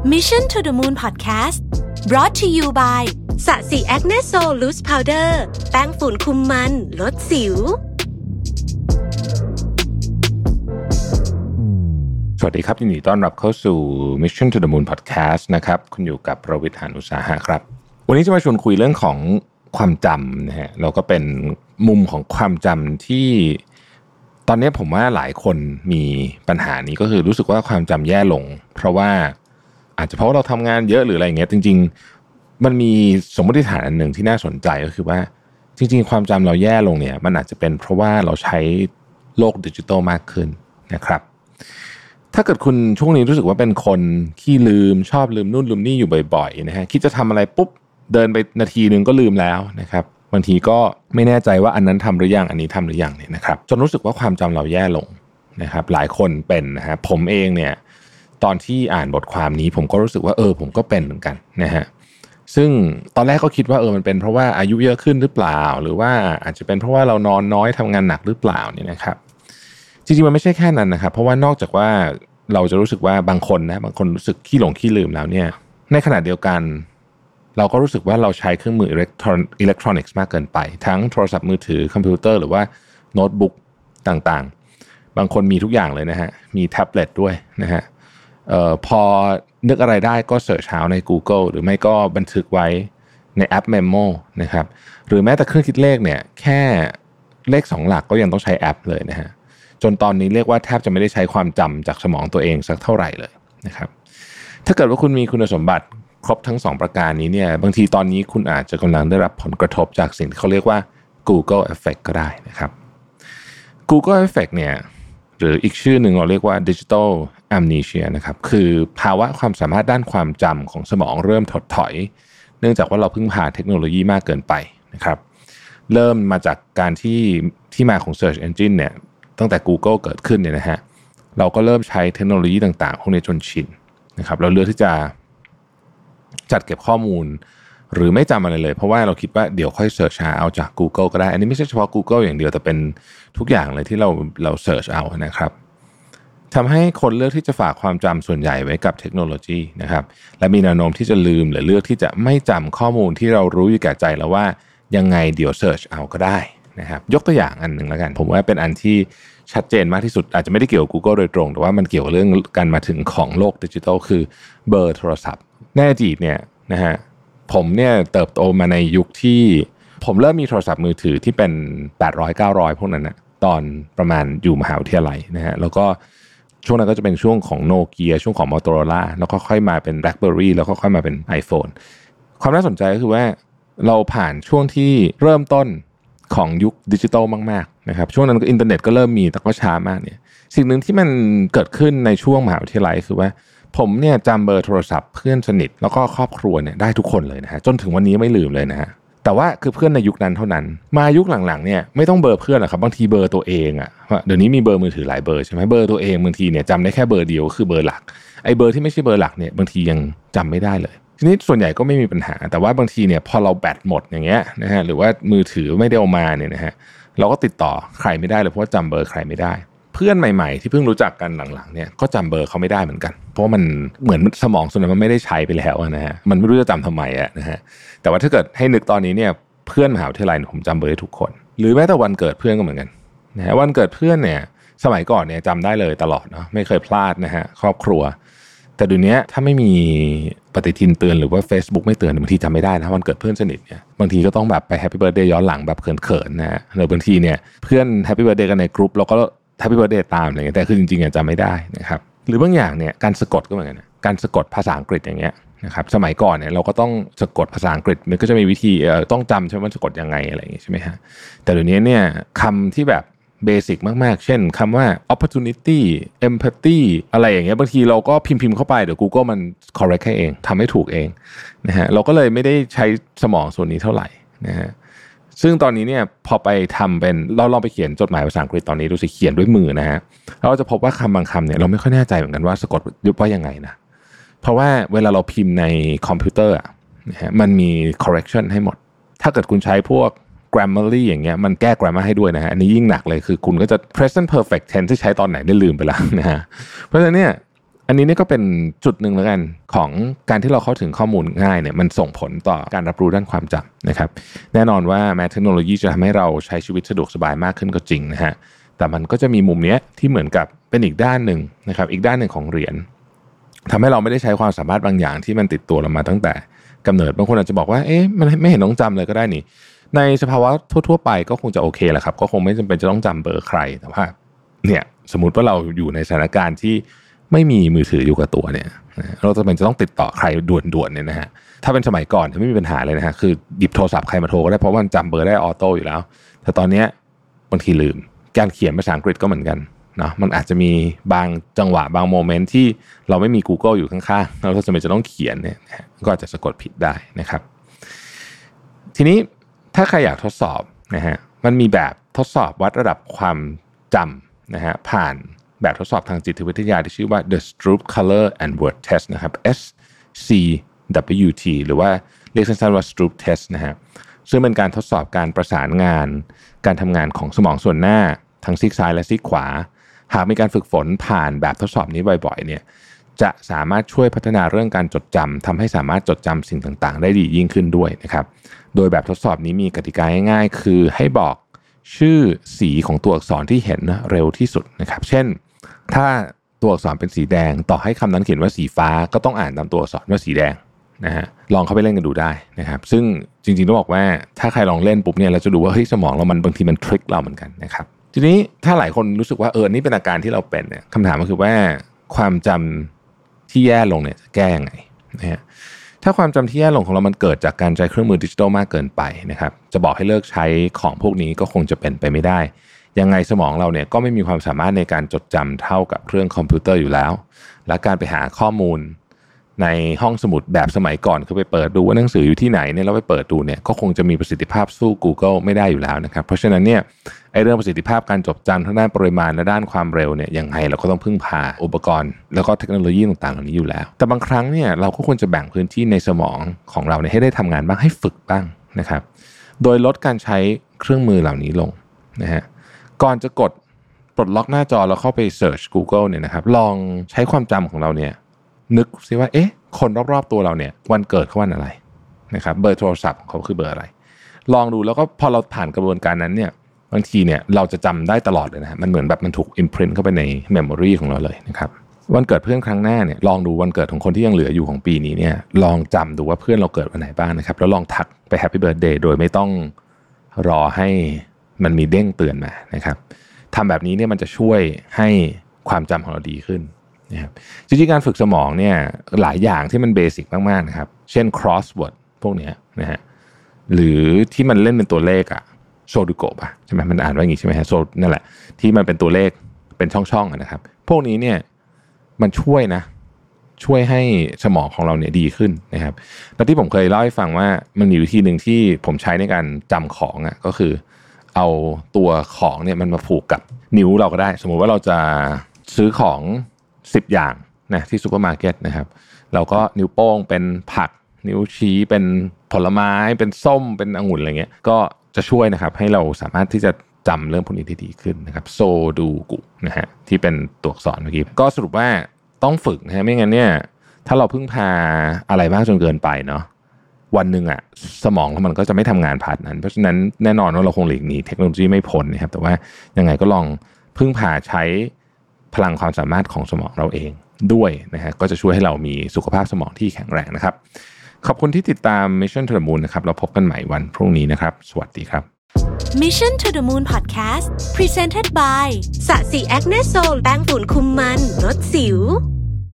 Mission to the Moon Podcast brought to you by สะสีแอคเนสโซลูสพาวเดอร์แป้งฝุ่นคุมมันลดสิวสวัสดีครับยินดีต้อนรับเข้าสู่ Mission to the Moon Podcast นะครับคุณอยู่กับประวิทย์ หาญอุตสาหะครับวันนี้จะมาชวนคุยเรื่องของความจำนะฮะเราก็เป็นมุมของความจำที่ตอนนี้ผมว่าหลายคนมีปัญหานี้ก็คือรู้สึกว่าความจำแย่ลงเพราะว่าอาจจะเพราะเราทำงานเยอะหรืออะไรอย่างเงี้ยจริงๆมันมีสมมติฐานอันหนึ่งที่น่าสนใจก็คือว่าจริงๆความจำเราแย่ลงเนี่ยมันอาจจะเป็นเพราะว่าเราใช้โลกดิจิทัลมากขึ้นนะครับถ้าเกิดคุณช่วงนี้รู้สึกว่าเป็นคนขี้ลืมชอบลืมนู่นลืมนี่อยู่บ่อยๆนะฮะคิดจะทำอะไรปุ๊บเดินไปนาทีนึงก็ลืมแล้วนะครับบางทีก็ไม่แน่ใจว่าอันนั้นทำหรือยังอันนี้ทำหรือยังเนี่ยนะครับจนรู้สึกว่าความจำเราแย่ลงนะครับหลายคนเป็นนะฮะผมเองเนี่ยตอนที่อ่านบทความนี้ผมก็รู้สึกว่าผมก็เป็นเหมือนกันนะฮะซึ่งตอนแรกก็คิดว่ามันเป็นเพราะว่าอายุเยอะขึ้นหรือเปล่าหรือว่าอาจจะเป็นเพราะว่าเรานอนน้อยทำงานหนักหรือเปล่าเนี่ยนะครับจริงๆมันไม่ใช่แค่นั้นนะครับเพราะว่านอกจากว่าเราจะรู้สึกว่าบางคนรู้สึกขี้หลงขี้ลืมแล้วเนี่ยในขณะเดียวกันเราก็รู้สึกว่าเราใช้เครื่องมืออิเล็กทรอนิกส์มากเกินไปทั้งโทรศัพท์มือถือคอมพิวเตอร์หรือว่าโน้ตบุ๊กต่างๆบางคนมีทุกอย่างเลยนะฮะมีแท็บเล็ตด้วยนะฮะพอนึกอะไรได้ก็เสิร์ชหาใน Google หรือไม่ก็บันทึกไว้ในแอป Memo นะครับหรือแม้แต่เครื่องคิดเลขเนี่ยแค่เลข2หลักก็ยังต้องใช้แอปเลยนะฮะจนตอนนี้เรียกว่าแทบจะไม่ได้ใช้ความจำจากสมองตัวเองสักเท่าไหร่เลยนะครับถ้าเกิดว่าคุณมีคุณสมบัติครบทั้ง2ประการนี้เนี่ยบางทีตอนนี้คุณอาจจะกำลังได้รับผลกระทบจากสิ่งที่เขาเรียกว่า Google Effect ก็ได้นะครับ Google Effect เนี่ยหรืออีกชื่อหนึ่งเราเรียกว่า Digital Amnesia นะครับคือภาวะความสามารถด้านความจำของสมองเริ่มถดถอยเนื่องจากว่าเราพึ่งพาเทคโนโลยีมากเกินไปนะครับเริ่มมาจากการที่มาของ Search Engine เนี่ยตั้งแต่ Google เกิดขึ้นเนี่ยนะฮะเราก็เริ่มใช้เทคโนโลยีต่างๆพวกนี้จนชินนะครับเราเลือกที่จะจัดเก็บข้อมูลหรือไม่จำอะไรเลยเพราะว่าเราคิดว่าเดี๋ยวค่อยเสิร์ชหาเอาจาก Google ก็ได้อันนี้ไม่ใช่เฉพาะ Google อย่างเดียวแต่เป็นทุกอย่างเลยที่เราเสิร์ชเอานะครับทำให้คนเลือกที่จะฝากความจำส่วนใหญ่ไว้กับเทคโนโลยีนะครับและมีแนวโน้มที่จะลืมหรือเลือกที่จะไม่จำข้อมูลที่เรารู้อยู่แก่ใจแล้วว่ายังไงเดี๋ยวเสิร์ชเอาก็ได้นะครับยกตัวอย่างอันหนึ่งแล้วกันผมว่าเป็นอันที่ชัดเจนมากที่สุดอาจจะไม่ได้เกี่ยวกับ Google โดยตรงแต่ว่ามันเกี่ยวกับเรื่องการมาถึงของโลกดิจิทัลคือเบอร์โทรศัพท์ในอดีตเนี่ยนะฮะผมเนี่ยเติบโตมาในยุคที่ผมเริ่มมีโทรศัพท์มือถือที่เป็น800 900พวกนั้นนะตอนประมาณอยู่มหาวิทยาลัยนะฮะแล้วก็ช่วงนั้นก็จะเป็นช่วงของโนเกียช่วงของ Motorola แล้วก็ค่อยมาเป็น BlackBerry แล้วก็ค่อยมาเป็น iPhone ความน่าสนใจก็คือว่าเราผ่านช่วงที่เริ่มต้นของยุคดิจิทัลมากๆนะครับช่วงนั้นก็อินเทอร์เน็ตก็เริ่มมีแต่ก็ช้ามากเนี่ยสิ่งหนึ่งที่มันเกิดขึ้นในช่วงมหาวิทยาลัยคือว่าผมเนี่ยจำเบอร์โทรศัพท์เพื่อนสนิทแล้วก็ครอบครัวเนี่ยได้ทุกคนเลยนะฮะจนถึงวันนี้ไม่ลืมเลยนะฮะแต่ว่าคือเพื่อนในยุคนั้นเท่านั้นมายุคหลังๆเนี่ยไม่ต้องเบอร์เพื่อนหรอกครับบางทีเบอร์ตัวเองอ่ะเดี๋ยวนี้มีเบอร์มือถือหลายเบอร์ใช่ไหมเบอร์ตัวเองบางทีเนี่ยจำได้แค่เบอร์เดียวคือเบอร์หลักไอ้เบอร์ที่ไม่ใช่เบอร์หลักเนี่ยบางทียังจำไม่ได้เลยทีนี้ส่วนใหญ่ก็ไม่มีปัญหาแต่ว่าบางทีเนี่ยพอเราแบตหมดอย่างเงี้ยนะฮะหรือว่ามือถือไม่ได้เอามาเนี่ยนะฮะเราก็ติดต่อใครไม่ได้เลยเพราะว่าจำเบอร์ใครไม่ได้เพื่อนใหม่ๆที่เพิ่งรู้จักกันหลังๆเนี่ยก็จำเบอร์เขาไม่ได้เหมือนกันเพราะมันเหมือนสมองส่วนนั้นมันไม่ได้ใช้ไปแล้วนะฮะมันไม่รู้จะจำทำไมนะฮะแต่ว่าถ้าเกิดให้นึกตอนนี้เนี่ยเพื่อนมหาวิทยาลัยผมจำเบอร์ได้ทุกคนหรือแม้แต่วันเกิดเพื่อนก็เหมือนกันนะฮะวันเกิดเพื่อนเนี่ยสมัยก่อนเนี่ยจำได้เลยตลอดเนาะไม่เคยพลาดนะฮะครอบครัวแต่เดี๋ยวนี้ถ้าไม่มีปฏิทินเตือนหรือว่า Facebook ไม่เตือนบางทีจำไม่ได้นะวันเกิดเพื่อนสนิทเนี่ยบางทีก็ต้องแบบไปแฮปปี้เบิร์ธเดย์ย้อนหลังแบบเขินๆนะฮะหรือบางทีเนี่ยเพื่อนแฮปปี้เบิร์ธเดย์กันในกลุ่มแล้วก็แฮปปี้เบิร์ธเดย์ตามอะไรเงี้ยแต่คือจริงๆจำไม่ได้นะครับหรือบางอย่างเนี่ยการสะกดก็เหมือนกันนะการสะกดภาษาอังกฤษอย่างเงี้ยนะครับสมัยก่อนเนี่ยเราก็ต้องสะกดภาษาอังกฤษมันก็จะมีวิธีต้องจำใช่ไหมว่าสะกดยังไงอะไรอย่างงี้ใช่ไหมฮะแต่เดี๋ยวนี้เนี่ยคำที่แบบเบสิกมากๆเช่นคำว่า opportunity empathy อะไรอย่างเงี้ยบางทีเราก็พิมพ์เข้าไปเดี๋ยว Google มัน correct ให้เองทำให้ถูกเองนะฮะเราก็เลยไม่ได้ใช้สมองส่วนนี้เท่าไหร่นะฮะซึ่งตอนนี้เนี่ยพอไปทำเป็นเราลองไปเขียนจดหมายภาษาอังกฤษตอนนี้ดูสิเขียนด้วยมือนะฮะเราจะพบว่าคำบางคำเนี่ยเราไม่ค่อยแน่ใจเหมือนกันว่าสะกดว่ายังไงนะเพราะว่าเวลาเราพิมพ์ในคอมพิวเตอร์นะฮะมันมี correction ให้หมดถ้าเกิดคุณใช้พวกGrammarly อย่างเงี้ยมันแก้ grammar ให้ด้วยนะฮะอันนี้ยิ่งหนักเลยคือคุณก็จะ present perfect tense ที่ใช้ตอนไหนได้ลืมไปแล้วนะฮะเพราะฉะนั้นเนี่ยอันนี้นี่ก็เป็นจุดหนึ่งแล้วกันของการที่เราเข้าถึงข้อมูลง่ายเนี่ยมันส่งผลต่อการรับรู้ด้านความจำนะครับแน่นอนว่าแม้เทคโนโลยีจะทำให้เราใช้ชีวิตสะดวกสบายมากขึ้นก็จริงนะฮะแต่มันก็จะมีมุมนี้ที่เหมือนกับเป็นอีกด้านหนึ่งนะครับอีกด้านหนึ่งของเหรียญทำให้เราไม่ได้ใช้ความสามารถบางอย่างที่มันติดตัวเรามาตั้งแต่กำเนิดบางคนอาจจะบอกว่ามันไม่เห็นต้องจำเลยก็ได้นี่ในสภาวะทั่วๆไปก็คงจะโอเคแหละครับก็คงไม่จำเป็นจะต้องจำเบอร์ใครแต่ว่าเนี่ยสมมุติว่าเราอยู่ในสถานการณ์ที่ไม่มีมือถืออยู่กับตัวเนี่ยเราจะเป็นจะต้องติดต่อใครด่วนๆเนี่ยนะฮะถ้าเป็นสมัยก่อนไม่มีปัญหาเลยนะฮะคือหยิบโทรศัพท์ใครมาโทรก็ได้เพราะว่ามันจำเบอร์ได้ออโต้อยู่แล้วแต่ตอนนี้บางทีลืมการเขียนภาษาอังกฤษก็เหมือนกันเนาะมันอาจจะมีบางจังหวะบางโมเมนต์ที่เราไม่มี Google อยู่ข้างๆเราจะไม่จะต้องเขียนเนี่ยก็อาจจะสะกดผิดได้นะครับทีนี้ถ้าใครอยากทดสอบนะฮะมันมีแบบทดสอบวัดระดับความจำนะฮะผ่านแบบทดสอบทางจิตวิทยาที่ชื่อว่า The Stroop Color and Word Test นะครับ SCWT หรือว่าเรียกสั้นๆว่า Stroop Test นะฮะซึ่งเป็นการทดสอบการประสานงานการทำงานของสมองส่วนหน้าทั้งซีกซ้ายและซีกขวาหากมีการฝึกฝนผ่านแบบทดสอบนี้บ่อยๆเนี่ยจะสามารถช่วยพัฒนาเรื่องการจดจำทำให้สามารถจดจำสิ่งต่างๆได้ดียิ่งขึ้นด้วยนะครับโดยแบบทดสอบนี้มีกติกาง่ายๆคือให้บอกชื่อสีของตัวอักษรที่เห็นเร็วที่สุดนะครับเช่นถ้าตัวอักษรเป็นสีแดงต่อให้คำนั้นเขียนว่าสีฟ้าก็ต้องอ่านตามตัวอักษรว่าสีแดงนะฮะลองเข้าไปเล่นกันดูได้นะครับซึ่งจริงๆต้องบอกว่าถ้าใครลองเล่นปุ๊บเนี่ยเราจะดูว่าเฮ้ยสมองเรามันบางทีมันทริคเราเหมือนกันนะครับทีนี้ถ้าหลายคนรู้สึกว่านี่เป็นอาการที่เราเป็นเนี่ยคำถามก็คือว่าความจำที่แย่ลงเนี่ยจะแก้ยังไงนะฮะถ้าความจำที่แย่ลงของเรามันเกิดจากการใช้เครื่องมือดิจิทัลมากเกินไปนะครับจะบอกให้เลิกใช้ของพวกนี้ก็คงจะเป็นไปไม่ได้ยังไงสมองเราเนี่ยก็ไม่มีความสามารถในการจดจำเท่ากับเครื่องคอมพิวเตอร์อยู่แล้วและการไปหาข้อมูลในห้องสมุดแบบสมัยก่อนคือไปเปิดดูว่าหนังสืออยู่ที่ไหนเนี่ยเราไปเปิดดูเนี่ยก็คงจะมีประสิทธิภาพสู้ Google ไม่ได้อยู่แล้วนะครับเพราะฉะนั้นเนี่ยไอ้เรื่องประสิทธิภาพการจดจำทั้งด้านปริมาณและด้านความเร็วเนี่ยยังไงเราก็ต้องพึ่งพาอุปกรณ์แล้วก็เทคโนโลยีต่างๆเหล่านี้อยู่แล้วแต่บางครั้งเนี่ยเราก็ควรจะแบ่งพื้นที่ในสมองของเราเนี่ยให้ได้ทำงานบ้างให้ฝึกบ้างนะครับโดยลดการใช้เครื่องมือเหล่านี้ลงนะฮะก่อนจะกดปลดล็อกหน้าจอแล้วเข้าไปเสิร์ช Google เนี่ยนะครับลองใช้ความจำของเราเนี่ยนึกซิว่าคนรอบๆตัวเราเนี่ยวันเกิดเขาวันอะไรนะครับเบอร์โทรศัพท์ของเขาคือเบอร์อะไรลองดูแล้วก็พอเราผ่านกระบวนการนั้นเนี่ยบางทีเนี่ยเราจะจำได้ตลอดเลยนะมันเหมือนแบบมันถูกอิมพรินท์เข้าไปในเมมโมรีของเราเลยนะครับวันเกิดเพื่อนครั้งหน้าเนี่ยลองดูวันเกิดของคนที่ยังเหลืออยู่ของปีนี้เนี่ยลองจำดูว่าเพื่อนเราเกิดวันไหนบ้างนะครับแล้วลองทักไปแฮปปี้เบิร์ธเดย์โดยไม่ต้องรอให้มันมีเด้งเตือนมานะครับทำแบบนี้เนี่ยมันจะช่วยให้ความจำของเราดีขึ้นนะครับจริงๆการฝึกสมองเนี่ยหลายอย่างที่มันเบสิกมากๆนะครับเช่น crossword พวกนี้นะฮะหรือที่มันเล่นเป็นตัวเลขอะโซดูโกะป่ะใช่ไหมมันอ่านว่าอย่างงี้ใช่ไหมฮะโซนั่นแหละที่มันเป็นตัวเลขเป็นช่องๆนะครับพวกนี้เนี่ยมันช่วยให้สมองของเราเนี่ยดีขึ้นนะครับแล้วที่ผมเคยเล่าให้ฟังว่ามันมีวิธีหนึ่งที่ผมใช้ในการจำของอ่ะก็คือเอาตัวของเนี่ยมันมาผูกกับนิ้วเราก็ได้สมมุติว่าเราจะซื้อของ10อย่างนะที่ซูเปอร์มาร์เก็ตนะครับเราก็นิ้วโป้งเป็นผักนิ้วชี้เป็นผลไม้เป็นส้มเป็นองุ่นอะไรเงี้ยก็จะช่วยนะครับให้เราสามารถที่จะจำเรื่องพวกนี้ได้ดีขึ้นนะครับโซดูกุนะฮะที่เป็นตัวอักษรเมื่อกี้ก็สรุปว่าต้องฝึกนะฮะไม่งั้นเนี่ยถ้าเราพึ่งพาอะไรมากจนเกินไปเนาะวันหนึ่งอ่ะสมองมันก็จะไม่ทำงานผ่านนั้นเพราะฉะนั้นแน่นอนว่าเราคงหลีกหนีเทคโนโลยีไม่พ้นนะครับแต่ว่ายังไงก็ลองพึ่งพาใช้พลังความสามารถของสมองเราเองด้วยนะฮะก็จะช่วยให้เรามีสุขภาพสมองที่แข็งแรงนะครับขอบคุณที่ติดตาม Mission to the Moon นะครับเราพบกันใหม่วันพรุ่งนี้นะครับสวัสดีครับ Mission to the Moon Podcast Presented by สะสีแอคเนสโซลแป้งฝุ่นคุมมันลดสิว